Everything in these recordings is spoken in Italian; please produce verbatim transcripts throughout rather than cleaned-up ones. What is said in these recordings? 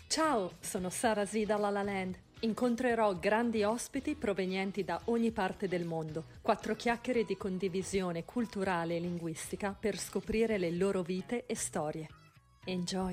Ciao, sono Sara Z da La La Land. Incontrerò grandi ospiti provenienti da ogni parte del mondo. Quattro chiacchiere di condivisione culturale e linguistica per scoprire le loro vite e storie. Enjoy!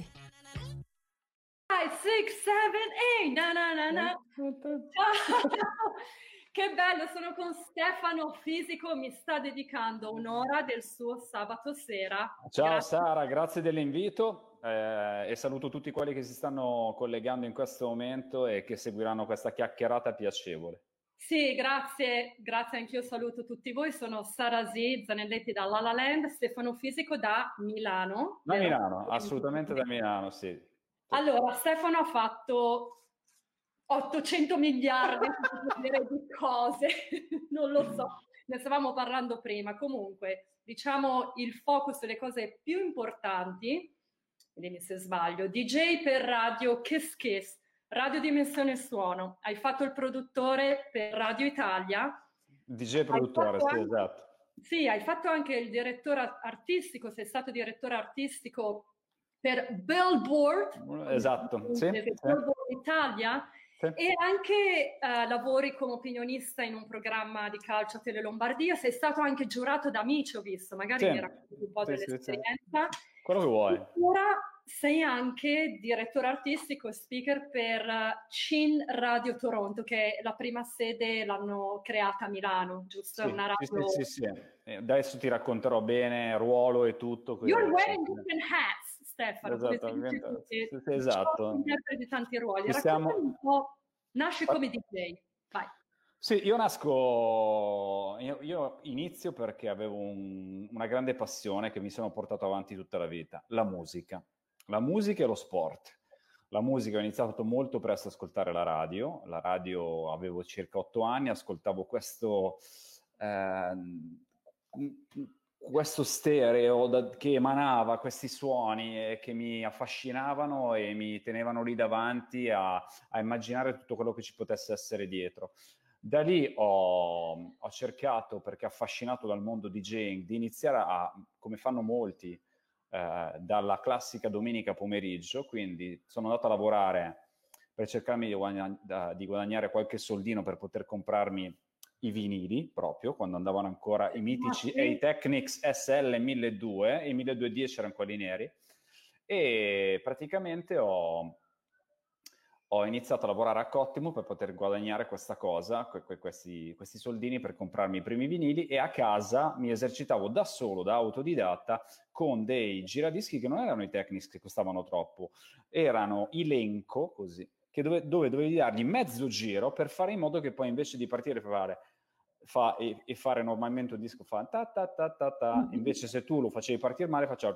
five, six, seven, eight, na na na na. Ciao! Che bello, sono con Stefano Fisico, mi sta dedicando un'ora del suo sabato sera. Ciao Grazie. Sara, grazie dell'invito eh, e saluto tutti quelli che si stanno collegando in questo momento e che seguiranno questa chiacchierata piacevole. Sì, grazie, grazie, anch'io saluto tutti voi, sono Sara Z, Zanelletti da La La Land, Stefano Fisico da Milano. Da vero? Milano, assolutamente da Milano, sì. Allora, Stefano ha fatto ottocento miliardi di cose, non lo so, ne stavamo parlando prima. Comunque, diciamo il focus sulle cose più importanti, dimmi se sbaglio, D J per radio Kiss Kiss, Radio Dimensione Suono, hai fatto il produttore per Radio Italia. D J produttore, sì, anche, esatto. Sì, hai fatto anche il direttore artistico, sei stato direttore artistico per Billboard, Esatto, sì, Billboard sì. Italia, sì. e anche uh, lavori come opinionista in un programma di calcio a Tele Lombardia. Sei stato anche giurato da Amici, ho visto, magari Sì. mi racconti un po' sì, dell'esperienza. Sì, sì. Quello che vuoi. Ora sei anche direttore artistico e speaker per Chin Radio Toronto, che è la prima sede, l'hanno creata a Milano, giusto? Sì, È una radio... sì, sì, sì, sì. Adesso ti racconterò bene ruolo e tutto. You're wearing different hats, Stefano. Esatto, come si dice, sì, sì, esatto. interpreti tanti ruoli. Stiamo... Raccontami un po', nasce come D J, vai. Sì, io nasco, io, io inizio perché avevo un, una grande passione che mi sono portato avanti tutta la vita, la musica. La musica e lo sport. La musica ho iniziato molto presto ad ascoltare la radio, la radio avevo circa otto anni, ascoltavo questo, eh, questo stereo da, che emanava questi suoni e che mi affascinavano e mi tenevano lì davanti a, a immaginare tutto quello che ci potesse essere dietro. Da lì ho, ho cercato, perché affascinato dal mondo DJing, di iniziare a, come fanno molti, eh, dalla classica domenica pomeriggio, quindi sono andato a lavorare per cercarmi di, guadagna, di guadagnare qualche soldino per poter comprarmi i vinili, proprio, quando andavano ancora i mitici e i Technics S L milleduecento, e i milleduecentodieci erano quelli neri, e praticamente ho... ho iniziato a lavorare a Cottimo per poter guadagnare questa cosa, que- que- questi, questi soldini per comprarmi i primi vinili, e a casa mi esercitavo da solo, da autodidatta, con dei giradischi che non erano i Technics che costavano troppo, erano i Lenco, così, che dove, dove dovevi dargli mezzo giro per fare in modo che poi invece di partire per fare... Fa, e, e fare normalmente un disco fa ta ta ta ta ta, invece se tu lo facevi partire male faceva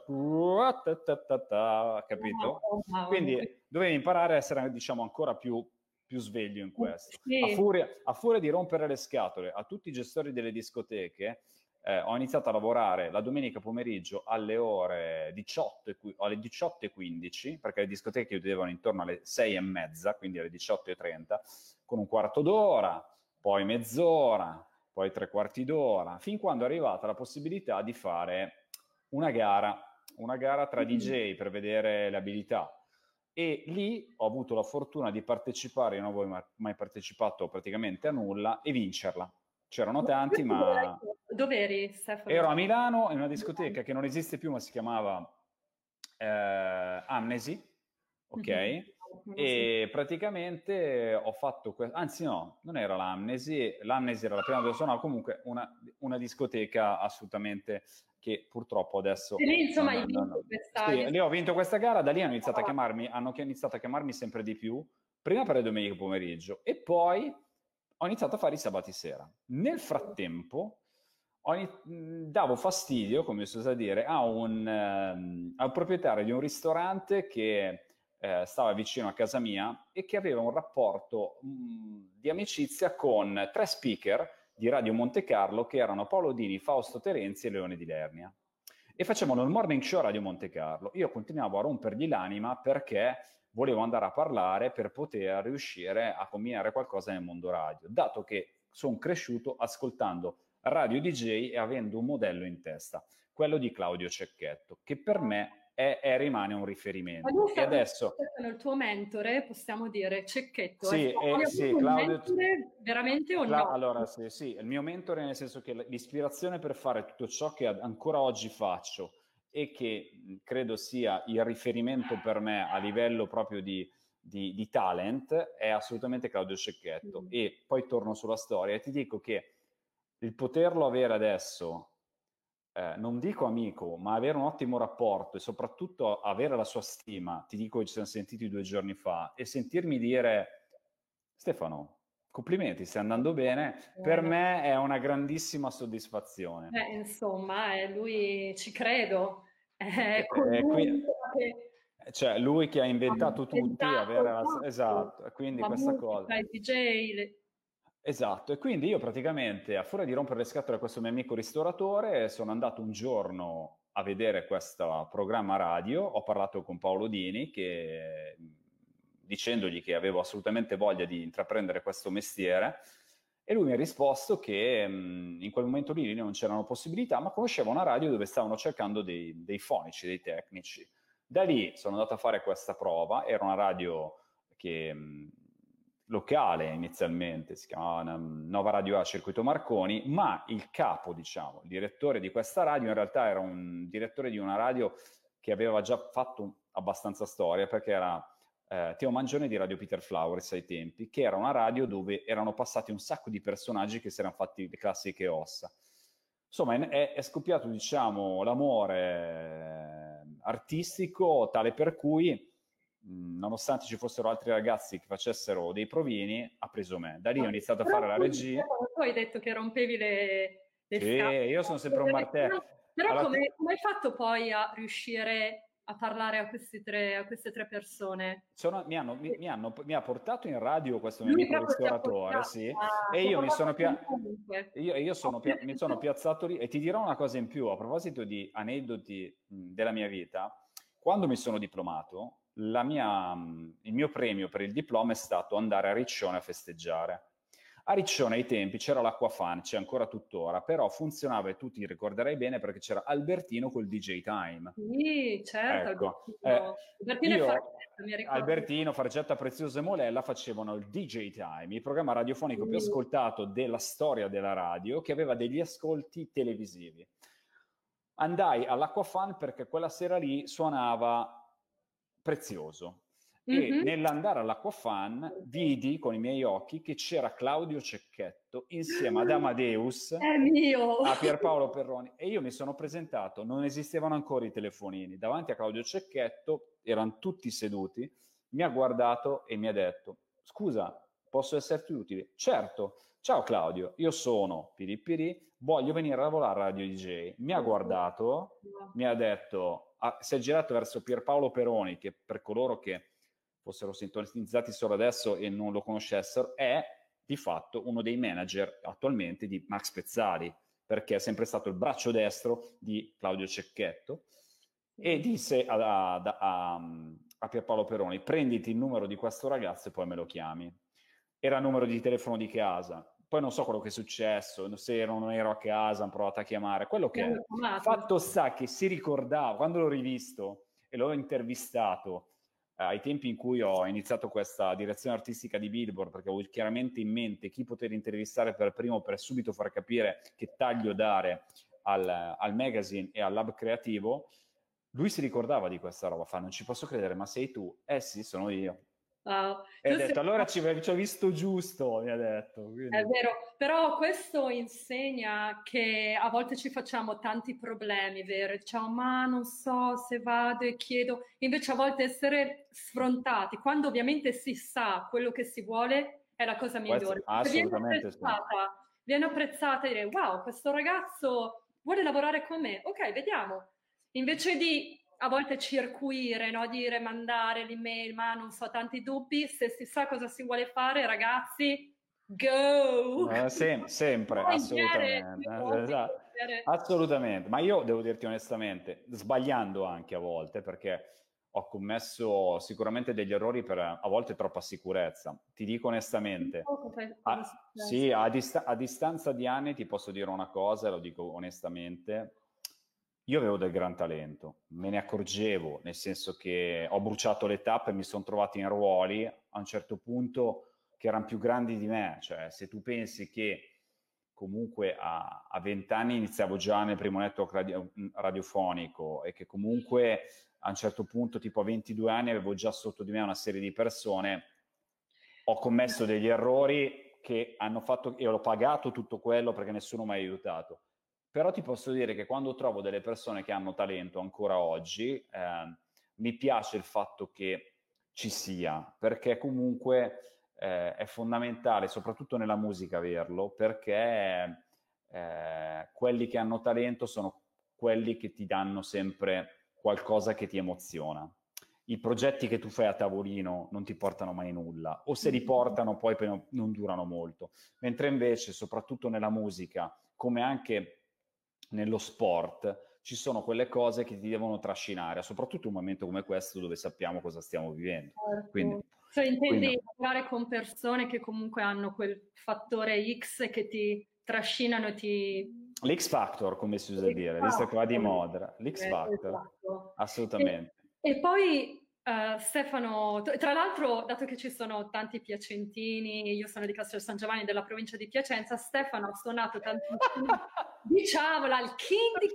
ta ta ta ta, capito? Quindi dovevi imparare a essere, diciamo, ancora più, più sveglio in questo. Sì. A furia, a furia di rompere le scatole a tutti i gestori delle discoteche, eh, ho iniziato a lavorare la domenica pomeriggio alle ore diciotto, alle diciotto e quindici, perché le discoteche chiudevano intorno alle sei e mezza, quindi alle diciotto e trenta, con un quarto d'ora, poi mezz'ora, poi tre quarti d'ora, fin quando è arrivata la possibilità di fare una gara, una gara tra D J per vedere le abilità. E lì ho avuto la fortuna di partecipare, io non avevo mai partecipato praticamente a nulla, e vincerla. C'erano tanti, ma... Dove eri, Stefano? Ero a Milano, in una discoteca che non esiste più, ma si chiamava eh, Amnesi, ok? Mm-hmm. E praticamente ho fatto questo, anzi no, non era l'Amnesi, l'Amnesi era la prima dove suonavo, comunque una, una discoteca assolutamente che purtroppo adesso... E lì insomma no, hai no, vinto no. questa... Sì, lì ho vinto questa gara, da lì hanno iniziato a chiamarmi, hanno iniziato a chiamarmi sempre di più, prima per le domeniche pomeriggio e poi ho iniziato a fare i sabati sera. Nel frattempo ho, davo fastidio, come si usa dire, a un, um, al proprietario di un ristorante che eh, stava vicino a casa mia e che aveva un rapporto mh, di amicizia con tre speaker di Radio Monte Carlo che erano Paolo Dini, Fausto Terenzi e Leone di Lernia. E facevano il morning show a Radio Monte Carlo. Io continuavo a rompergli l'anima perché volevo andare a parlare per poter riuscire a combinare qualcosa nel mondo radio, dato che sono cresciuto ascoltando Radio D J e avendo un modello in testa, quello di Claudio Cecchetto, che per me è, è rimane un riferimento. E adesso... il tuo mentore, possiamo dire, Cecchetto, sì, è eh, sì, Claudio, mentore veramente o Cla- no? Allora, sì, sì, il mio mentore nel senso che l'ispirazione per fare tutto ciò che ancora oggi faccio e che credo sia il riferimento per me a livello proprio di, di, di talent è assolutamente Claudio Cecchetto. Mm. E poi torno sulla storia e ti dico che il poterlo avere adesso, eh, non dico amico, ma avere un ottimo rapporto e soprattutto avere la sua stima, ti dico che ci siamo sentiti due giorni fa, e sentirmi dire Stefano, complimenti, stai andando bene, per me è una grandissima soddisfazione. Beh, insomma, eh, lui ci credo. È eh, qui, cioè, lui che ha inventato tutti, avere la, esatto, quindi la questa musica, cosa. il D J. Le... Esatto, e quindi io praticamente, a furia di rompere le scatole a questo mio amico ristoratore, sono andato un giorno a vedere questo programma radio, ho parlato con Paolo Dini, che, dicendogli che avevo assolutamente voglia di intraprendere questo mestiere, e lui mi ha risposto che mh, in quel momento lì non c'erano possibilità, ma conosceva una radio dove stavano cercando dei, dei fonici, dei tecnici. Da lì sono andato a fare questa prova, era una radio che... Mh, locale inizialmente, si chiamava Nova Radio A Circuito Marconi, ma il capo, diciamo, il direttore di questa radio in realtà era un direttore di una radio che aveva già fatto abbastanza storia, perché era eh, Teo Mangione di Radio Peter Flowers ai tempi, che era una radio dove erano passati un sacco di personaggi che si erano fatti le classiche ossa. Insomma, è, è scoppiato, diciamo, l'amore artistico tale per cui nonostante ci fossero altri ragazzi che facessero dei provini, ha preso me. Da lì ho iniziato a fare la regia. Tu hai detto che rompevi le, le sì, scatole. Io sono sempre un martello. Però allora, come, come hai fatto poi a riuscire a parlare a, questi tre, a queste tre persone? Sono, mi, hanno, mi, mi, hanno, mi ha portato in radio questo mio amico ristoratore, sì, ah, e io mi sono, pia- io, io sono pia- mi sono piazzato lì, e ti dirò una cosa in più, a proposito di aneddoti mh, della mia vita. Quando mi sono diplomato, la mia, il mio premio per il diploma è stato andare a Riccione a festeggiare. A Riccione ai tempi c'era l'Acquafan, c'è ancora tuttora, però funzionava, e tu ti ricorderai bene, perché c'era Albertino col D J Time. Sì, certo. Ecco. Albertino, eh, Albertino, io, Fargetta, mi Albertino, Fargetta Prezioso e Molella facevano il D J Time, il programma radiofonico sì. più ascoltato della storia della radio, che aveva degli ascolti televisivi. Andai all'Acquafan perché quella sera lì suonava Prezioso. E mm-hmm. nell'andare all'Acquafan vidi con i miei occhi che c'era Claudio Cecchetto insieme ad Amadeus, è mio. a Pierpaolo Perroni, e io mi sono presentato, non esistevano ancora i telefonini, davanti a Claudio Cecchetto, erano tutti seduti, mi ha guardato e mi ha detto: scusa, posso esserti utile? Certo. Ciao Claudio, io sono Piripiri, voglio venire a lavorare a Radio D J. Mi ha guardato, mi ha detto, ah, si è girato verso Pierpaolo Peroni, che per coloro che fossero sintonizzati solo adesso e non lo conoscessero, è di fatto uno dei manager attualmente di Max Pezzali, perché è sempre stato il braccio destro di Claudio Cecchetto, e disse a, a, a, a Pierpaolo Peroni: prenditi il numero di questo ragazzo e poi me lo chiami. Era il numero di telefono di casa. Poi non so quello che è successo, se ero, non ero a casa, hanno provato a chiamare, quello che è. Fatto sta che si ricordava, quando l'ho rivisto e l'ho intervistato, eh, ai tempi in cui ho iniziato questa direzione artistica di Billboard, perché avevo chiaramente in mente chi poter intervistare per primo, per subito far capire che taglio dare al, al magazine e al lab creativo, lui si ricordava di questa roba, fa: non ci posso credere, ma sei tu? Eh sì, sono io. Wow. E ha detto, sei... allora ci, ci ho visto giusto, mi ha detto. Quindi... È vero, però questo insegna che a volte ci facciamo tanti problemi, vero? Diciamo, ma non so se vado e chiedo. Invece a volte essere sfrontati, quando ovviamente si sa quello che si vuole, è la cosa migliore. Assolutamente viene apprezzata, sì. Viene apprezzata e dire, wow, questo ragazzo vuole lavorare con me. Ok, vediamo. Invece di... a volte circuire, no? Dire, mandare l'email, ma non so, tanti dubbi, se si sa cosa si vuole fare, ragazzi, go! Uh, sem- sempre, Vai, assolutamente. chiare, esatto. Assolutamente, ma io devo dirti onestamente, sbagliando anche a volte, perché ho commesso sicuramente degli errori per a volte troppa sicurezza. Ti dico onestamente, a, sì, a, dist- a distanza di anni ti posso dire una cosa, e lo dico onestamente. io avevo del gran talento, me ne accorgevo, nel senso che ho bruciato le tappe e mi sono trovato in ruoli a un certo punto che erano più grandi di me. Cioè, se tu pensi che comunque a vent'anni iniziavo già nel primo network radio, radiofonico e che comunque a un certo punto, tipo a ventidue anni, avevo già sotto di me una serie di persone, ho commesso degli errori che hanno fatto, e ho pagato tutto quello perché nessuno mi ha aiutato. Però ti posso dire che quando trovo delle persone che hanno talento ancora oggi, eh, mi piace il fatto che ci sia, perché comunque eh, è fondamentale, soprattutto nella musica, averlo, perché eh, quelli che hanno talento sono quelli che ti danno sempre qualcosa che ti emoziona. I progetti che tu fai a tavolino non ti portano mai nulla, o se li portano poi non durano molto, mentre invece, soprattutto nella musica, come anche nello sport, ci sono quelle cose che ti devono trascinare, soprattutto in un momento come questo dove sappiamo cosa stiamo vivendo. Certo. Quindi, cioè intendi quindi... lavorare con persone che comunque hanno quel fattore X che ti trascinano e ti... L'X Factor, come si usa dire, visto che va di moda. L'X Factor, esatto. assolutamente. E, e poi uh, Stefano, tra l'altro, dato che ci sono tanti piacentini, io sono di Castel San Giovanni della provincia di Piacenza, Stefano ha suonato tantissimo, diciamola, il King di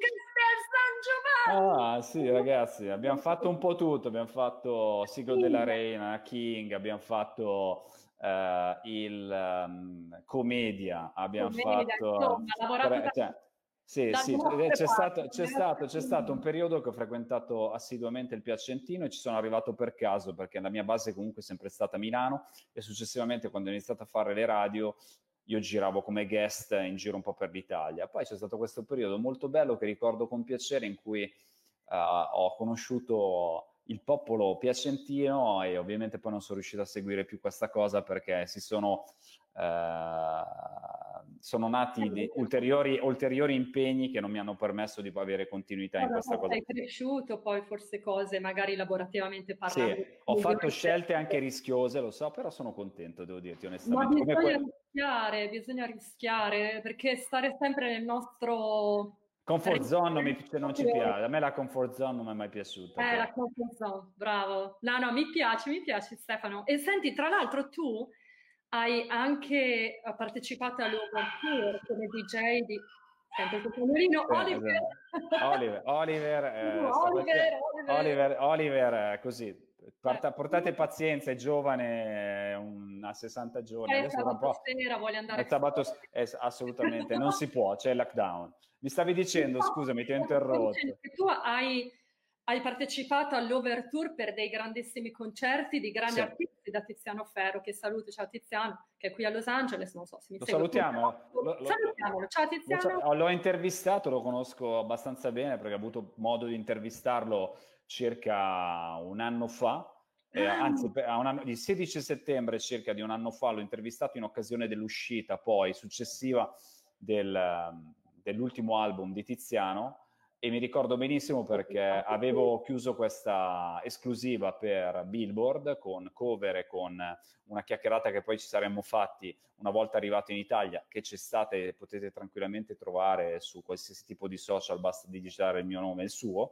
Castel San Giovanni! Ah sì, ragazzi, abbiamo fatto un po' tutto, abbiamo fatto Siglo della Reina, King, abbiamo fatto uh, il um, Commedia, abbiamo Commedia, fatto... Insomma, lavorato cioè, sì, sì, c'è stato, c'è, stato, c'è stato un periodo che ho frequentato assiduamente il Piacentino e ci sono arrivato per caso, perché la mia base comunque è sempre stata a Milano e successivamente quando ho iniziato a fare le radio io giravo come guest in giro un po' per l'Italia. Poi c'è stato questo periodo molto bello che ricordo con piacere in cui uh, ho conosciuto il popolo piacentino e ovviamente poi non sono riuscito a seguire più questa cosa perché si sono, uh, sono nati di ulteriori, ulteriori impegni che non mi hanno permesso di avere continuità in questa cosa. Sei cresciuto, poi forse cose magari lavorativamente parlando. Sì, ho fatto scelte anche rischiose, lo so, però sono contento, devo dirti onestamente. Ma bisogna Come rischiare, bisogna rischiare, perché stare sempre nel nostro... Comfort zone non, mi, non ci piace, a me la comfort zone non mi è mai piaciuta. Eh, però. La comfort zone, bravo. No, no, mi piace, mi piace Stefano. E senti, tra l'altro tu hai anche partecipato all'Overture come D J di... Sempre il cagnolino, sì, Oliver. Esatto. Oliver, Oliver, eh, no, Oliver, Oliver, Oliver, Oliver, così. Porta, portate pazienza, è giovane, ha sessanta giorni. Eh, Adesso sabato un po'... sera vuole andare il sabato, eh, assolutamente, non si può, c'è il lockdown. Mi stavi dicendo, scusami, ti ho interrotto. Tu hai, hai partecipato all'Overture per dei grandissimi concerti di grandi sì. artisti, da Tiziano Ferro, che saluto, ciao Tiziano, che è qui a Los Angeles, non so se mi lo segue. Salutiamo. Lo, lo, Salutiamolo, ciao Tiziano. L'ho intervistato, lo conosco abbastanza bene perché ho avuto modo di intervistarlo circa un anno fa. Eh, anzi, a un anno, il sedici settembre circa di un anno fa l'ho intervistato in occasione dell'uscita poi successiva del, dell'ultimo album di Tiziano e mi ricordo benissimo perché avevo chiuso questa esclusiva per Billboard con cover e con una chiacchierata che poi ci saremmo fatti una volta arrivato in Italia, che c'è stata e potete tranquillamente trovare su qualsiasi tipo di social, basta digitare il mio nome e il suo.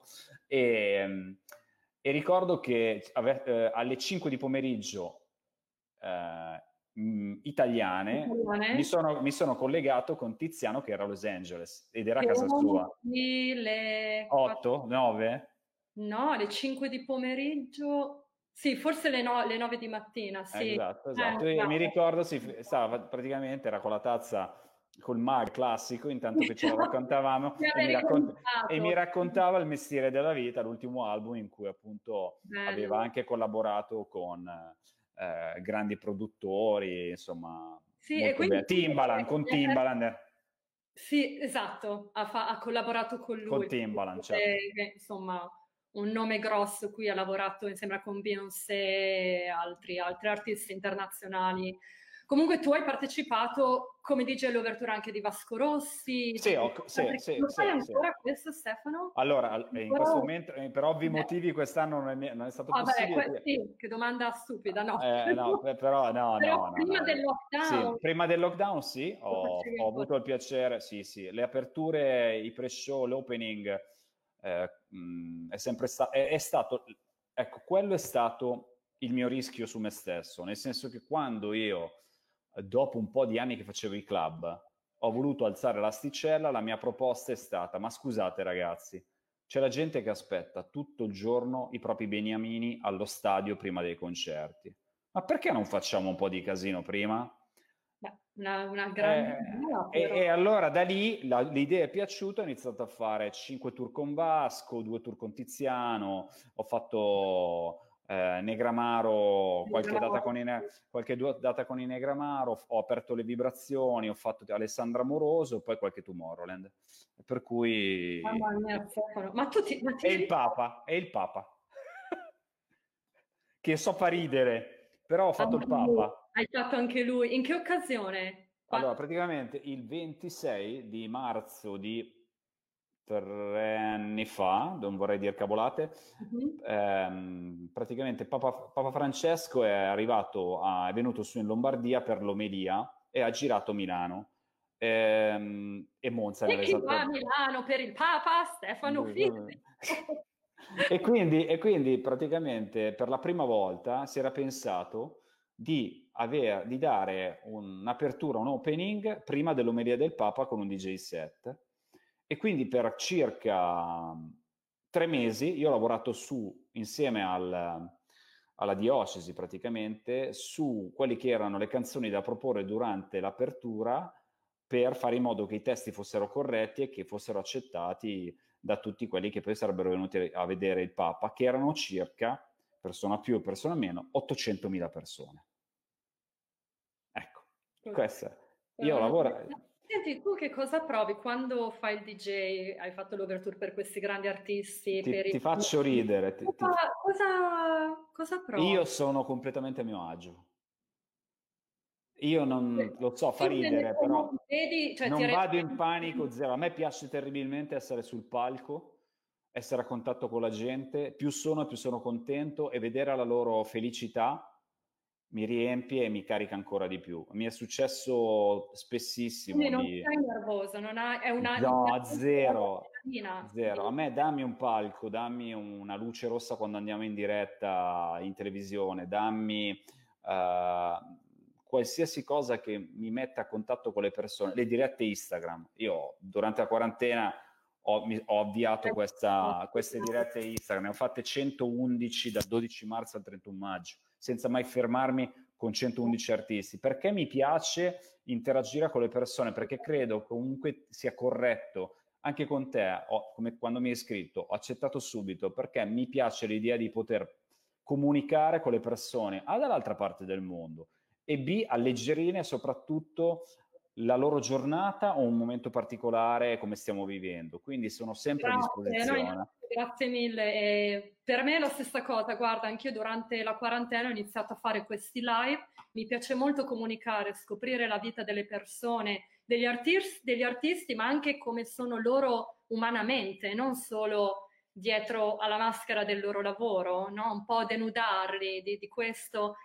E, E ricordo che eh, alle cinque di pomeriggio eh, mh, italiane, italiane. Mi, sono, mi sono collegato con Tiziano che era a Los Angeles ed era a casa sua. Le otto, nove? No, alle cinque di pomeriggio. Sì, forse le, no, le nove di mattina, sì. Esatto, esatto. Eh, e mi ricordo, si, stava praticamente, era con la tazza col mug classico, intanto che ce lo raccontavamo e, mi raccont- e mi raccontava il mestiere della vita, l'ultimo album in cui appunto Bello. aveva anche collaborato con eh, grandi produttori, insomma, sì, e quindi Timbaland, con Timbaland. Sì, esatto, ha, fa- ha collaborato con lui. Con Timbaland, certo. E, insomma, un nome grosso qui, ha lavorato insieme con Beyoncé e altri, altri artisti internazionali. Comunque tu hai partecipato come D J all'Overture anche di Vasco Rossi. Sì, ho, sì, sì, lo sì, fai sì, ancora sì. questo, Stefano? Allora, in Però... questo momento, per ovvi motivi, quest'anno non è, non è stato ah, possibile. Beh, sì, che domanda stupida, no? Eh, no però no, Però no, prima no, del lockdown. Sì, prima del lockdown sì, ho, ho avuto il piacere, sì, sì, le aperture, i pre-show, l'opening eh, mh, è sempre sta- è, è stato, ecco, quello è stato il mio rischio su me stesso, nel senso che quando io, dopo un po' di anni che facevo i club, ho voluto alzare l'asticella, la mia proposta è stata, ma scusate ragazzi, c'è la gente che aspetta tutto il giorno i propri beniamini allo stadio prima dei concerti. Ma perché non facciamo un po' di casino prima? Beh, una, una grande Eh, idea, e, però. e allora da lì la- l'idea è piaciuta, ho iniziato a fare cinque tour con Vasco, due tour con Tiziano, ho fatto eh, Negramaro, qualche data con i, Ne- qualche due- data con i Negramaro, ho aperto le vibrazioni, ho fatto Alessandra Moroso, poi qualche Tomorrowland. Per cui... Mamma mia, Stefano. Ma tu ti, ma È ti il ricordi? Papa, è il Papa. Che so fa ridere, però ho fatto il Anche lui. Papa. Hai fatto anche lui. In che occasione? Allora, Qua- praticamente il ventisei di marzo di tre anni fa, non vorrei dire cavolate, Mhm. ehm, praticamente Papa, Papa Francesco è arrivato, a- è venuto su in Lombardia per l'omelia e ha girato Milano ehm, e Monza E chi va a nell'esatta... Milano per il Papa? Stefano Fini. E quindi, e quindi praticamente per la prima volta si era pensato di, aver, di dare un'apertura, un opening prima dell'omelia del Papa con un D J set. E quindi per circa tre mesi io ho lavorato su, insieme al, alla diocesi praticamente, su quelle che erano le canzoni da proporre durante l'apertura per fare in modo che i testi fossero corretti e che fossero accettati da tutti quelli che poi sarebbero venuti a vedere il Papa, che erano circa, persona più e persona meno, ottocentomila persone. Ecco, questa. Io lavoro... Senti, tu che cosa provi quando fai il D J? Hai fatto l'overture per questi grandi artisti, per Ti, i... ti faccio ridere. Ti- ti- Cosa, cosa, cosa provi? Io sono completamente a mio agio. Io non lo so, fa Io nelle ridere, tue però vedi, cioè ti non vado in rendi... panico zero. A me piace terribilmente essere sul palco, essere a contatto con la gente. Più sono, più sono contento e vedere la loro felicità mi riempie e mi carica ancora di più. Mi è successo Quindi spessissimo non di... sei nervoso, non hai, è una, una No, zero, adrenalina. zero. A me dammi un palco, dammi una luce rossa quando andiamo in diretta in televisione, dammi eh, qualsiasi cosa che mi metta a contatto con le persone. Le dirette Instagram. Io durante la quarantena ho, mi- ho avviato questa- queste dirette Instagram, ne ho fatte centoundici dal dodici marzo al trentuno maggio, senza mai fermarmi con centoundici artisti, perché mi piace interagire con le persone, perché credo comunque sia corretto. Anche con te, ho, come quando mi hai scritto, ho accettato subito perché mi piace l'idea di poter comunicare con le persone A dall'altra parte del mondo e B alleggerire soprattutto la loro giornata o un momento particolare come stiamo vivendo. Quindi sono sempre a Grazie, no, disposizione. intanto grazie mille. E per me è la stessa cosa, guarda, anch'io durante la quarantena ho iniziato a fare questi live, mi piace molto comunicare, scoprire la vita delle persone, degli artisti, degli artisti, ma anche come sono loro umanamente, non solo dietro alla maschera del loro lavoro, no? Un po' denudarli di, di questo.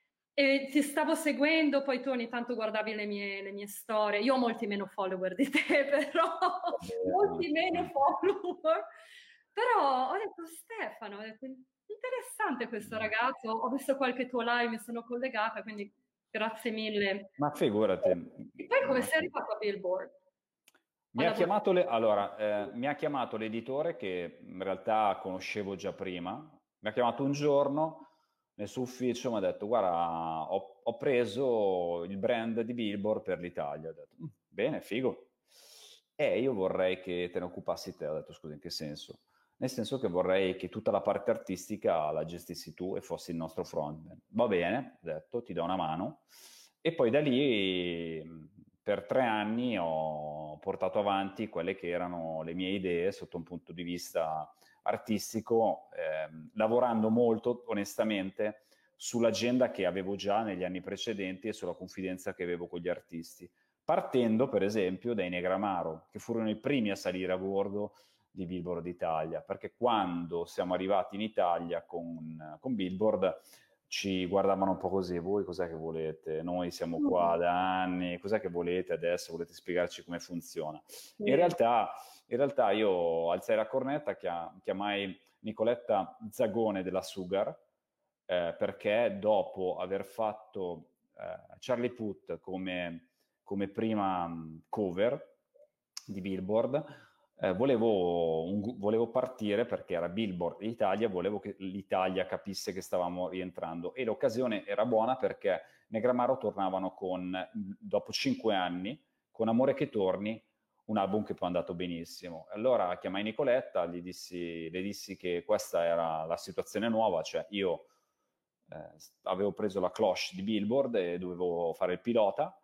E ti stavo seguendo, poi tu ogni tanto guardavi le mie, le mie storie. Io ho molti meno follower di te, però molti meno follower. Però ho detto Stefano, ho detto, interessante questo ragazzo. Ho visto qualche tuo live, mi sono collegata, quindi grazie mille. Ma figurati. E poi come sei arrivato a Billboard? A Mi ha lavorare? chiamato, le- allora, eh, mi ha chiamato l'editore che in realtà conoscevo già prima. Mi ha chiamato un giorno nel suo ufficio, mi ha detto: Guarda, ho, ho preso il brand di Billboard per l'Italia. Ho detto: "Mm, bene, figo. E io vorrei che te ne occupassi te." Ho detto: Scusa, in che senso? Nel senso che vorrei che tutta la parte artistica la gestissi tu e fossi il nostro frontman. Va bene, ho detto, ti do una mano. E poi da lì mh, per tre anni ho portato avanti quelle che erano le mie idee sotto un punto di vista artistico, ehm, lavorando molto onestamente sull'agenda che avevo già negli anni precedenti e sulla confidenza che avevo con gli artisti, partendo per esempio dai Negramaro, che furono i primi a salire a bordo di Billboard Italia, perché quando siamo arrivati in Italia con, con Billboard ci guardavano un po' così, voi cos'è che volete? Noi siamo qua da anni, cos'è che volete adesso? Volete spiegarci come funziona? In Sì. realtà, in realtà io alzai la cornetta, chia- chiamai Nicoletta Zagone della Sugar, eh, perché dopo aver fatto eh, Charlie Puth come, come prima mh, cover di Billboard, eh, volevo, un- volevo partire perché era Billboard Italia, volevo che l'Italia capisse che stavamo rientrando e l'occasione era buona perché Negramaro tornavano con, dopo cinque anni, con Amore che torni, un album che poi è andato benissimo. Allora chiamai Nicoletta, gli dissi, le dissi che questa era la situazione nuova, cioè io eh, avevo preso la cloche di Billboard e dovevo fare il pilota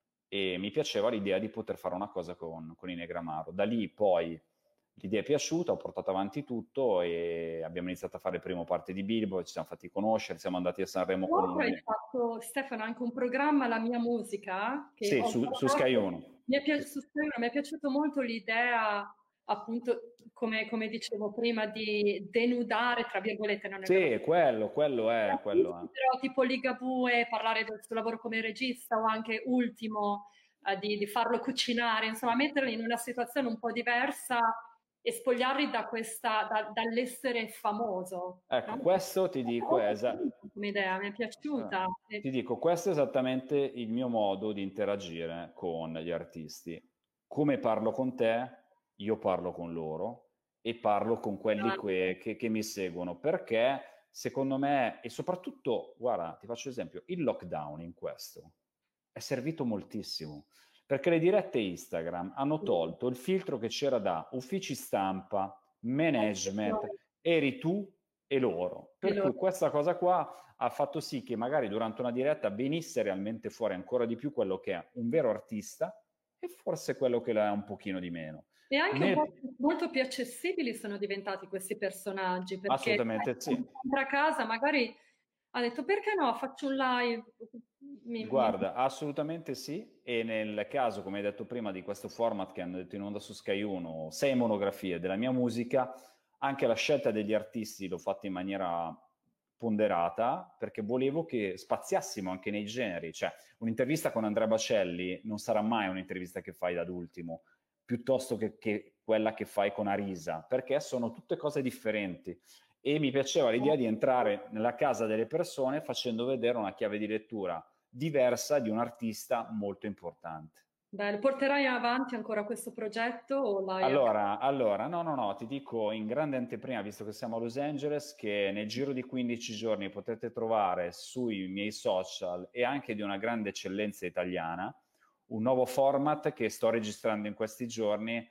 e mi piaceva l'idea di poter fare una cosa con, con i Negramaro. Da lì poi l'idea è piaciuta, ho portato avanti tutto e abbiamo iniziato a fare il primo parte di Billboard, ci siamo fatti conoscere, siamo andati a Sanremo Tra con l'altro uno hai di... fatto, Stefano, anche un programma, La mia musica, che Sì, ho su, su Sky guardato, uno. mi è, pi- su Sky Uno, mi è piaciuto molto l'idea, appunto, come, come dicevo prima, di denudare, tra virgolette, non è vero, Sì, quello, quello è, quello è. però tipo Ligabue, parlare del suo lavoro come regista o anche Ultimo, eh, di, di farlo cucinare, insomma, metterli in una situazione un po' diversa e spogliarli da questa, da- dall'essere famoso, Ecco, no? questo ti dico è, esa- Come idea, mi è eh, piaciuta. ti E- dico, questo è esattamente il mio modo di interagire con gli artisti. Come parlo con te, io parlo con loro e parlo con quelli que- che, che mi seguono, perché secondo me, e soprattutto, guarda, ti faccio esempio, il lockdown in questo è servito moltissimo, perché le dirette Instagram hanno tolto il filtro che c'era da uffici stampa, management, eri tu e loro. e Per cui loro. questa cosa qua ha fatto sì che magari durante una diretta venisse realmente fuori ancora di più quello che è un vero artista e forse quello che lo è un pochino di meno. E anche un Nel... po' più- molto più accessibili sono diventati questi personaggi, perché Assolutamente sì. entra a casa, magari ha detto perché no, faccio un live. Mi- mi- Guarda, assolutamente sì, e nel caso, come hai detto prima, di questo format che hanno detto in onda su Sky uno, sei monografie della mia musica, anche la scelta degli artisti l'ho fatta in maniera ponderata, perché volevo che spaziassimo anche nei generi, cioè un'intervista con Andrea Bacelli non sarà mai un'intervista che fai ad ultimo, piuttosto che, che quella che fai con Arisa, perché sono tutte cose differenti e mi piaceva l'idea di entrare nella casa delle persone facendo vedere una chiave di lettura diversa di un artista molto importante. Bene, porterai avanti ancora questo progetto o l'hai accanto? Allora, allora, no, no, no, ti dico in grande anteprima, visto che siamo a Los Angeles, che nel giro di quindici giorni potete trovare sui miei social e anche di una grande eccellenza italiana un nuovo format che sto registrando in questi giorni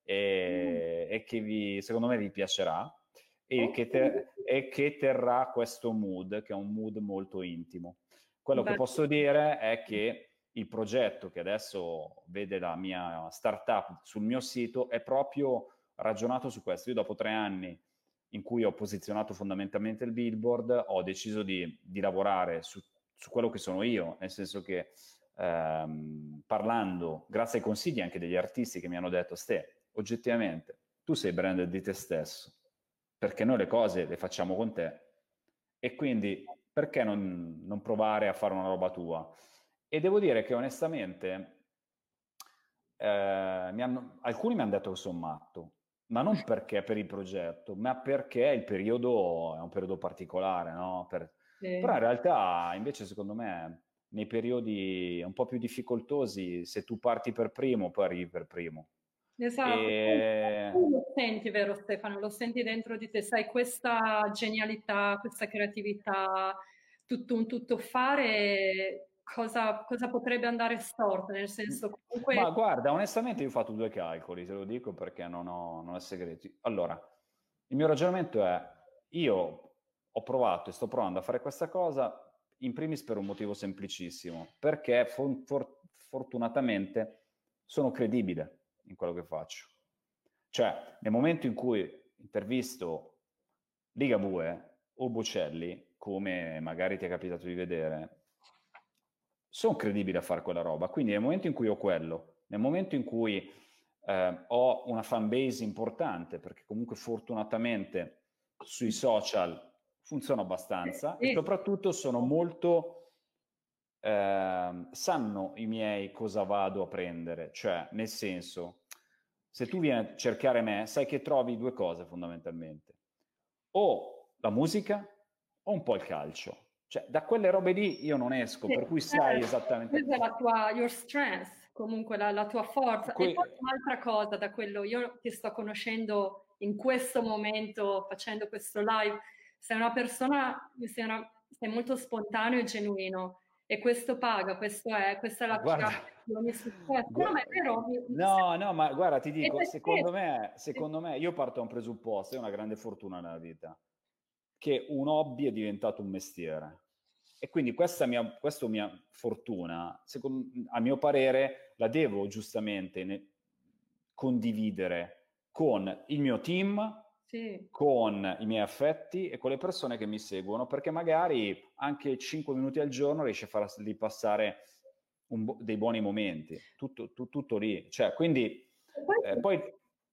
e, e che vi, secondo me vi piacerà e che, te- e che terrà questo mood, che è un mood molto intimo. Quello che Bene. posso dire è che il progetto che adesso vede la mia startup sul mio sito è proprio ragionato su questo. Io dopo tre anni in cui ho posizionato fondamentalmente il billboard, ho deciso di, di lavorare su, su, quello che sono io, nel senso che ehm, parlando, grazie ai consigli anche degli artisti che mi hanno detto, Ste, oggettivamente, tu sei brand di te stesso, perché noi le cose le facciamo con te e quindi perché non, non provare a fare una roba tua? E devo dire che onestamente eh, mi hanno, alcuni mi hanno detto che sono matto, ma non perché per il progetto, ma perché il periodo è un periodo particolare, no? Per- però Sì. in realtà, invece, secondo me, nei periodi un po' più difficoltosi, se tu parti per primo, poi arrivi per primo. Esatto, E tu lo senti, vero Stefano? Lo senti dentro di te, sai, questa genialità, questa creatività, tutto un tuttofare, cosa, cosa potrebbe andare storto? Nel senso, comunque, Ma guarda, onestamente io ho fatto due calcoli, te lo dico perché non ho, non ho segreti. Allora, il mio ragionamento è, io ho provato e sto provando a fare questa cosa in primis per un motivo semplicissimo, perché for- for- fortunatamente sono credibile in quello che faccio. Cioè, nel momento in cui intervisto Ligabue o Bocelli, come magari ti è capitato di vedere, sono credibile a fare quella roba. Quindi nel momento in cui ho quello, nel momento in cui eh, ho una fan base importante, perché comunque fortunatamente sui social funziono abbastanza sì. E soprattutto sono molto... Eh, sanno i miei cosa vado a prendere, cioè nel senso, se tu vieni a cercare me, sai che trovi due cose fondamentalmente, o la musica o un po' il calcio. Cioè, da quelle robe lì io non esco, Sì, per cui certo. sai esattamente... Questa è la tua your strength, comunque la, la tua forza. Que- E poi un'altra cosa, da quello io ti sto conoscendo in questo momento, facendo questo live, sei una persona, sei, una, sei molto spontaneo e genuino, e questo paga, questo è, questa è la Guarda, chiave di ogni successo. gu- No, ma è vero. mi- no, no, ma guarda, ti E dico, te secondo stesso. me, secondo me, io parto da un presupposto, è una grande fortuna nella vita, che un hobby è diventato un mestiere. E quindi questa mia, questa mia fortuna, secondo, a mio parere, la devo giustamente ne- condividere con il mio team, Sì. con i miei affetti e con le persone che mi seguono, perché magari anche cinque minuti al giorno riesce a farli passare un bu- dei buoni momenti, tutto, tu- tutto lì. Cioè, quindi, E poi, eh, poi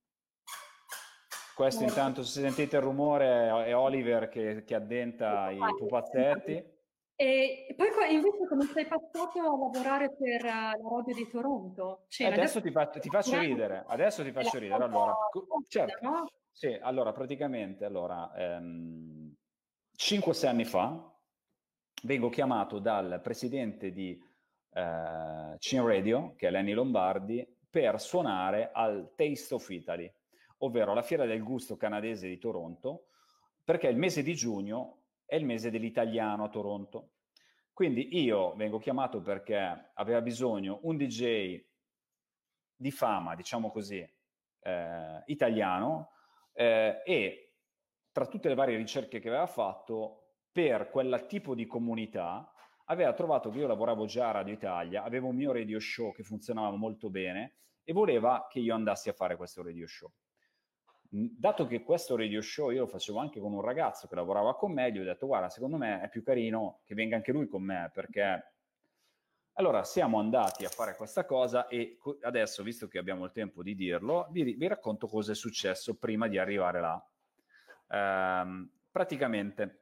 questo intanto, se sentite il rumore, è Oliver che, che addenta i pupazzetti. E poi co- invece come sei passato a lavorare per eh, la radio di Toronto? E Cioè, adesso adesso ti, fa- ti faccio ridere, adesso ti è la faccio ridere. cosa Allora, co- opposta, certo, no? sì, allora praticamente, allora, ehm, cinque sei anni fa vengo chiamato dal presidente di eh, Cin Radio, che è Lenny Lombardi, per suonare al Taste of Italy, ovvero la fiera del gusto canadese di Toronto, perché il mese di giugno è il mese dell'italiano a Toronto. Quindi io vengo chiamato perché aveva bisogno un D J di fama, diciamo così, eh, italiano, eh, e tra tutte le varie ricerche che aveva fatto, per quel tipo di comunità, aveva trovato che io lavoravo già a Radio Italia, avevo un mio radio show che funzionava molto bene e voleva che io andassi a fare questo radio show. Dato che questo radio show io lo facevo anche con un ragazzo che lavorava con me, gli ho detto guarda, secondo me è più carino che venga anche lui con me, perché... Allora siamo andati a fare questa cosa e adesso, visto che abbiamo il tempo di dirlo, vi, vi racconto cosa è successo prima di arrivare là. Ehm, praticamente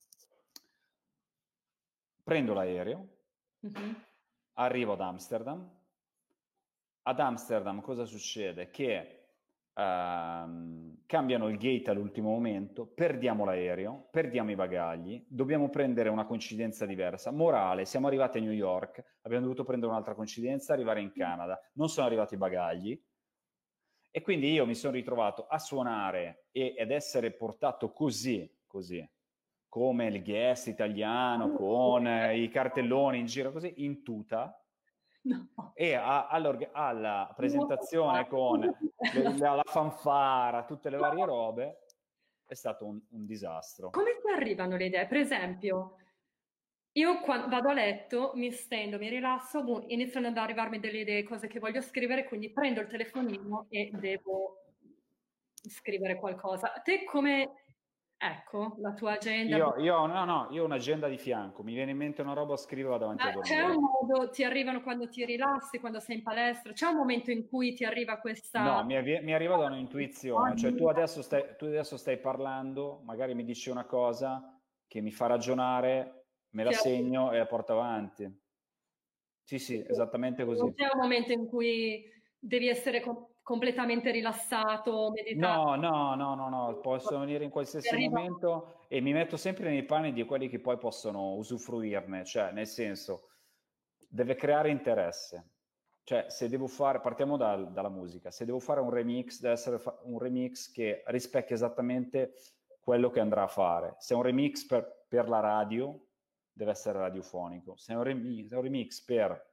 prendo l'aereo, Mm-hmm. arrivo ad Amsterdam. Ad Amsterdam cosa succede? Che ehm, cambiano il gate all'ultimo momento, perdiamo l'aereo, perdiamo i bagagli, dobbiamo prendere una coincidenza diversa. Morale, siamo arrivati a New York, abbiamo dovuto prendere un'altra coincidenza, arrivare in Canada, non sono arrivati i bagagli e quindi io mi sono ritrovato a suonare e, ed essere portato così, così, come il guest italiano, con eh, i cartelloni in giro così, in tuta, No. e a, alla presentazione con le, la, la fanfara, tutte le varie robe, è stato un, un disastro. Come ti arrivano le idee? Per esempio, io quando vado a letto, mi stendo, mi rilasso, boh, iniziano ad arrivarmi delle idee, cose che voglio scrivere, quindi prendo il telefonino e devo scrivere qualcosa. Te come, ecco, la tua agenda? Io, io, no, no, io ho un'agenda di fianco, mi viene in mente una roba, scrivo davanti a Ma c'è dormire. un modo, ti arrivano quando ti rilassi, quando sei in palestra? C'è un momento in cui ti arriva questa... No, mi, avvie- mi arriva da un'intuizione, cioè tu adesso, stai, tu adesso stai parlando, magari mi dici una cosa che mi fa ragionare, me la Ti arriva- segno e la porto avanti. Sì, sì, esattamente Non così. c'è un momento in cui devi essere com- completamente rilassato, meditare. No, no, no, no, no, posso venire in Ti qualsiasi arriva- momento e mi metto sempre nei panni di quelli che poi possono usufruirne, cioè nel senso, deve creare interesse. Cioè, se devo fare, partiamo dal- dalla musica, se devo fare un remix, deve essere fa- un remix che rispecchia esattamente quello che andrà a fare. Se è un remix per, per la radio, deve essere radiofonico. Se è un remix, se è un remix per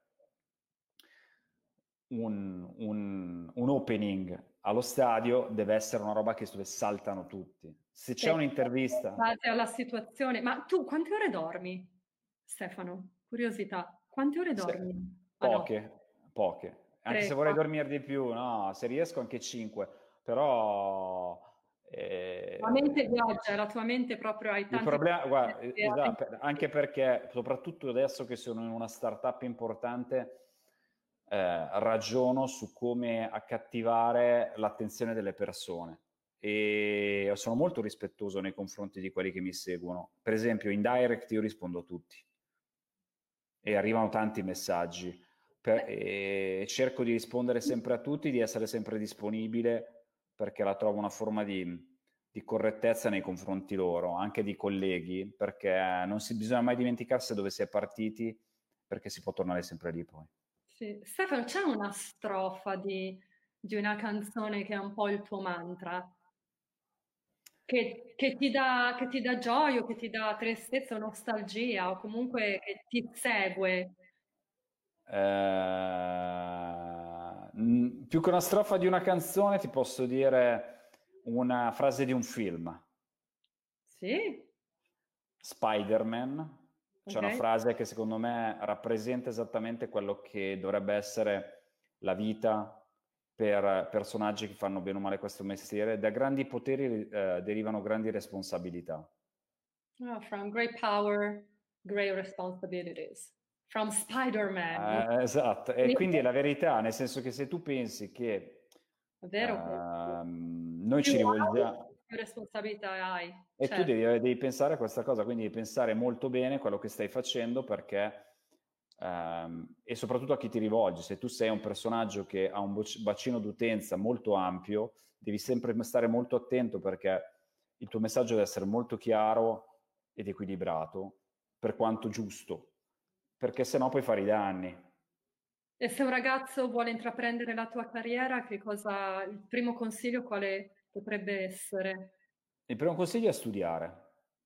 un, un, un opening allo stadio, deve essere una roba che dove saltano tutti. Se c'è un'intervista... Base alla situazione. Ma tu quante ore dormi, Stefano? Curiosità, quante ore Se, dormi? Ah no, poche, poche. Anche tre, se vorrei quattro. dormire di più, no, se riesco anche cinque, però... La mente eh, viaggia, la tua mente proprio hai il tanti problema, guarda, pensieri. esatto, anche perché, soprattutto adesso che sono in una startup importante, eh, ragiono su come accattivare l'attenzione delle persone. e sono molto rispettoso nei confronti di quelli che mi seguono. Per esempio, in direct io rispondo a tutti e arrivano tanti messaggi per, e cerco di rispondere sempre a tutti, di essere sempre disponibile, perché la trovo una forma di, di correttezza nei confronti loro, anche di colleghi, perché non si bisogna mai dimenticarsi dove si è partiti, perché si può tornare sempre lì poi. Sì. Stefano, c'è una strofa di, di una canzone che è un po' il tuo mantra, che, che ti dà, che ti dà gioia, o che ti dà tristezza o nostalgia, o comunque che ti segue? Eh, mh, più che una strofa di una canzone, ti posso dire una frase di un film. Sì? Spider-Man, c'è una Ok. frase che secondo me rappresenta esattamente quello che dovrebbe essere la vita per personaggi che fanno bene o male questo mestiere. Da grandi poteri eh, derivano grandi responsabilità. Oh, from great power, great responsibilities. From Spider-Man. Eh, esatto, e quindi è la verità, nel senso che se tu pensi che È vero questo. ehm, noi Più ci hai, rivolgiamo, più responsabilità hai. e tu Certo. devi, devi pensare a questa cosa, quindi devi pensare molto bene quello che stai facendo, perché ehm, e soprattutto a chi ti rivolgi. Se tu sei un personaggio che ha un bacino d'utenza molto ampio, devi sempre stare molto attento, perché il tuo messaggio deve essere molto chiaro ed equilibrato, per quanto giusto, perché sennò puoi fare i danni. E se un ragazzo vuole intraprendere la tua carriera, che cosa, il primo consiglio quale potrebbe essere? Il primo consiglio è studiare,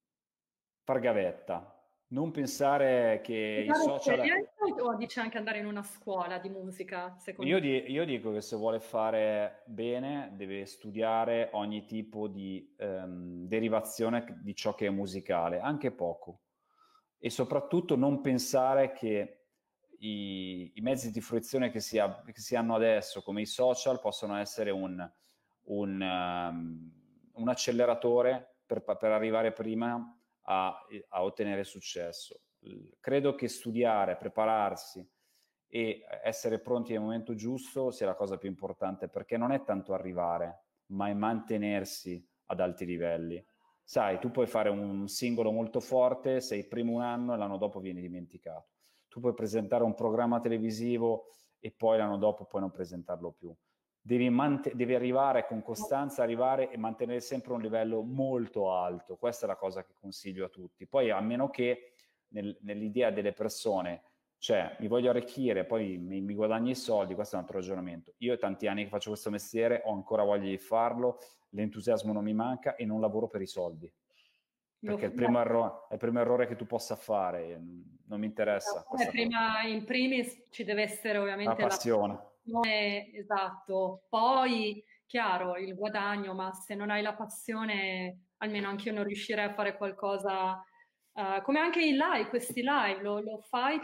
far gavetta, non pensare che i Fare social... esperienza o dice anche andare in una scuola di musica, secondo Io, te? di- io dico che se vuole fare bene deve studiare ogni tipo di ehm, derivazione di ciò che è musicale, anche poco. E soprattutto non pensare che i, i mezzi di fruizione che si, ha- che si hanno adesso, come i social, possono essere un, un, um, un acceleratore per, per arrivare prima a, a ottenere successo. Credo che studiare, prepararsi e essere pronti al momento giusto sia la cosa più importante, perché non è tanto arrivare, ma è mantenersi ad alti livelli. Sai, tu puoi fare un singolo molto forte, sei primo un anno e l'anno dopo vieni dimenticato. Tu puoi presentare un programma televisivo e poi l'anno dopo puoi non presentarlo più. Devi, mant- devi arrivare con costanza, arrivare e mantenere sempre un livello molto alto. Questa è la cosa che consiglio a tutti. Poi, a meno che nel, nell'idea delle persone, cioè mi voglio arricchire, poi mi, mi guadagni i soldi, questo è un altro ragionamento. Io ho tanti anni che faccio questo mestiere, ho ancora voglia di farlo, l'entusiasmo non mi manca e non lavoro per i soldi. Lo Perché è il fa- primo, erro- è il primo errore che tu possa fare, non mi interessa Eh, questa cosa. prima in primis ci deve essere La ovviamente la passione. passione, esatto, poi chiaro il guadagno, ma se non hai la passione, almeno anch'io non riuscirei a fare qualcosa, eh, come anche i live, questi live, lo, lo fai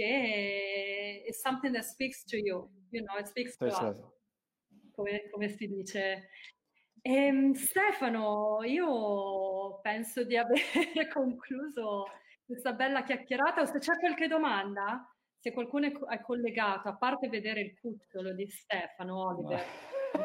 perché è something that speaks to you, you know, it speaks to Sì, sì, us, sì. come, come si dice. Ehm, Stefano, io penso di aver concluso questa bella chiacchierata, o se c'è qualche domanda, se qualcuno è, co- è collegato, a parte vedere il cucciolo di Stefano Ma... Oliver,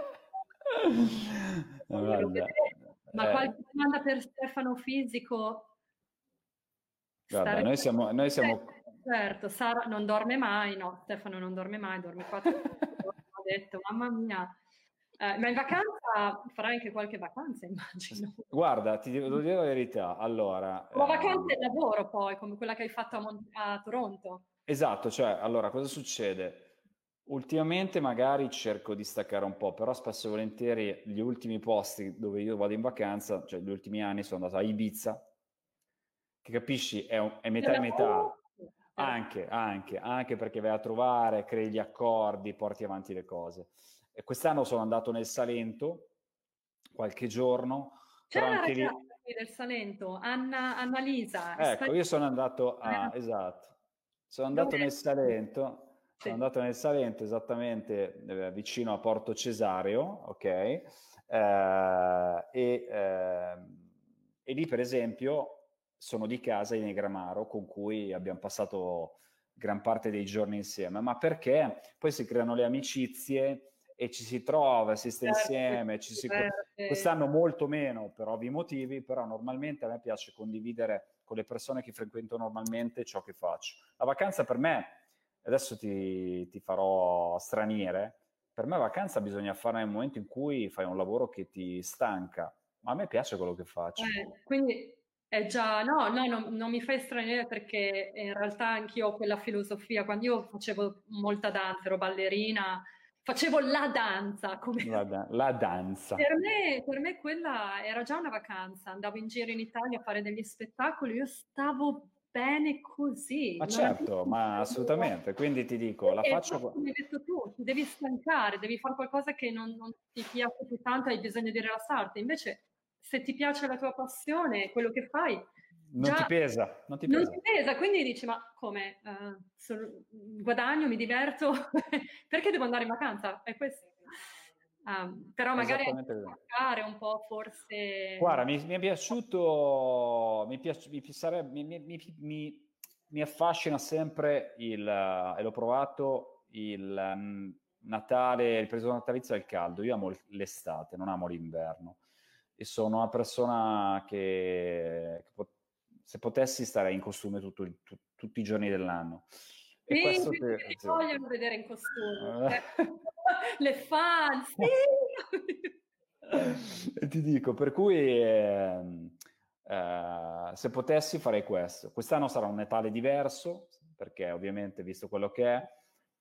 voglio Guarda, vedere, ma eh, qualche domanda per Stefano fisico? guarda, Stare... noi siamo, noi Eh, siamo... certo, Sara non dorme mai, no, Stefano non dorme mai, dorme quattro ore, ho detto, mamma mia. Eh, ma in vacanza farai anche qualche vacanza, immagino. Guarda, ti devo dire la verità. Allora, La vacanza ehm, e il lavoro poi, come quella che hai fatto a, Mon- a Toronto. esatto, cioè, allora, cosa succede? Ultimamente magari cerco di staccare un po', però spesso e volentieri gli ultimi posti dove io vado in vacanza, cioè gli ultimi anni sono andato a Ibiza, che capisci è, un- è Per metà e lavoro? metà, Per- anche, anche, anche perché vai a trovare, crei gli accordi, porti avanti le cose. E quest'anno sono andato nel Salento qualche giorno, C'è però una anche lì, ragazza qui del Salento, Anna, Annalisa, è ecco, io sono andato a, spagnolo. esatto, sono Dove andato nel è? Salento, sono Sì. andato nel Salento esattamente eh, vicino a Porto Cesareo, ok? Eh, e, ehm, e lì per esempio sono di casa in Negramaro con cui abbiamo passato gran parte dei giorni insieme, ma perché poi si creano le amicizie e ci si trova, si sta Certo, insieme, ci si... diverte. quest'anno molto meno per ovvi motivi, però normalmente a me piace condividere con le persone che frequento normalmente ciò che faccio. La vacanza per me, adesso ti, ti farò straniere, per me vacanza bisogna fare nel momento in cui fai un lavoro che ti stanca, ma a me piace quello che faccio. Eh, quindi è già, no, no, non, non mi fai straniere perché in realtà anch'io ho quella filosofia. Quando io facevo molta danza, ero ballerina, facevo la danza. Come... La, da- la danza. Per me, per me quella era già una vacanza. Andavo in giro in Italia a fare degli spettacoli, io stavo bene così. Ma Non avevo certo, ma bisogno. assolutamente, quindi ti dico, la E faccio... poi, come hai detto tu, ti devi stancare, devi fare qualcosa che non, non ti piace più tanto, hai bisogno di rilassarti. Invece, se ti piace la tua passione, quello che fai, Non ti già pesa, non ti non pesa. ti pesa. Quindi dici, ma come? Eh, so- guadagno, mi diverto, perché devo andare in vacanza? È questo. Um, però magari anche Esattamente così. staccare un po', forse... Guarda, mi, mi è piaciuto, mi, piace, mi, sarebbe, mi, mi, mi, mi- mi affascina sempre il, e l'ho provato, il mm, Natale, il periodo natalizio e il caldo. Io amo l'estate, non amo l'inverno. E sono una persona che, che pot- se potessi starei in costume tutto il- tu- tutti i giorni dell'anno. E Sì, questo invece che te- ti sì. vogliono vedere in costume. Eh. Le fan, sì! E ti dico, per cui ehm, eh, se potessi farei questo. Quest'anno sarà un Natale diverso, perché ovviamente visto quello che è,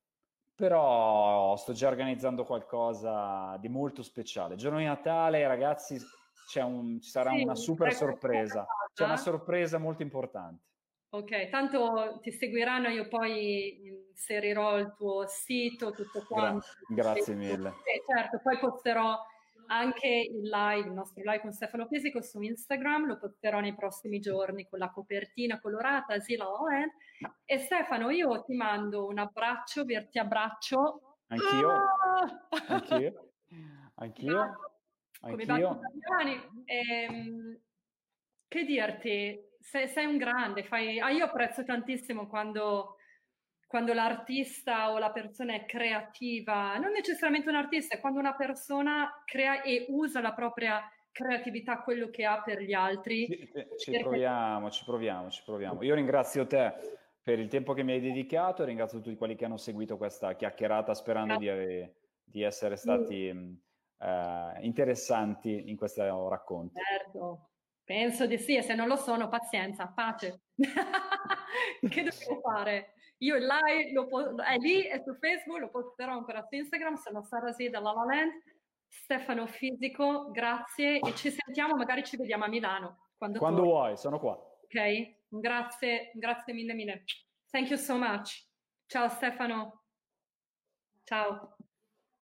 però sto già organizzando qualcosa di molto speciale. Il giorno di Natale, ragazzi, c'è un- ci sarà Sì, una super farai qualcosa sorpresa. a C'è una casa. sorpresa molto importante. Ok, tanto ti seguiranno, io poi inserirò il tuo sito, tutto Gra- quanto. grazie mille. Eh, certo, poi posterò anche il live, il nostro live con Stefano Fisico su Instagram, lo posterò nei prossimi giorni con la copertina colorata, Así La La Land. E Stefano, io ti mando un abbraccio, vir- ti abbraccio. Anch'io, Ah! anch'io, Ti anch'io, bacio come i baci anch'io. italiani. Ehm, che dirti, sei, sei un grande, fai... ah, io apprezzo tantissimo quando, quando l'artista o la persona è creativa, non necessariamente un artista, è quando una persona crea e usa la propria creatività, quello che ha per gli altri. Ci, ci Perché... proviamo, ci proviamo, ci proviamo. Io ringrazio te per il tempo che mi hai dedicato e ringrazio tutti quelli che hanno seguito questa chiacchierata sperando di, ave- di essere stati mh, eh, interessanti in questo racconto. Certo, penso di sì, e se non lo sono, pazienza, pace. Che dobbiamo fare? Io il live lo po- è lì, è su Facebook, lo posterò ancora su Instagram, sono Sara Z da La La Land. Stefano Fisico, grazie e ci sentiamo, magari ci vediamo a Milano quando Quando torni. vuoi, sono qua. Ok? Grazie, grazie mille mille. Thank you so much. Ciao Stefano. Ciao.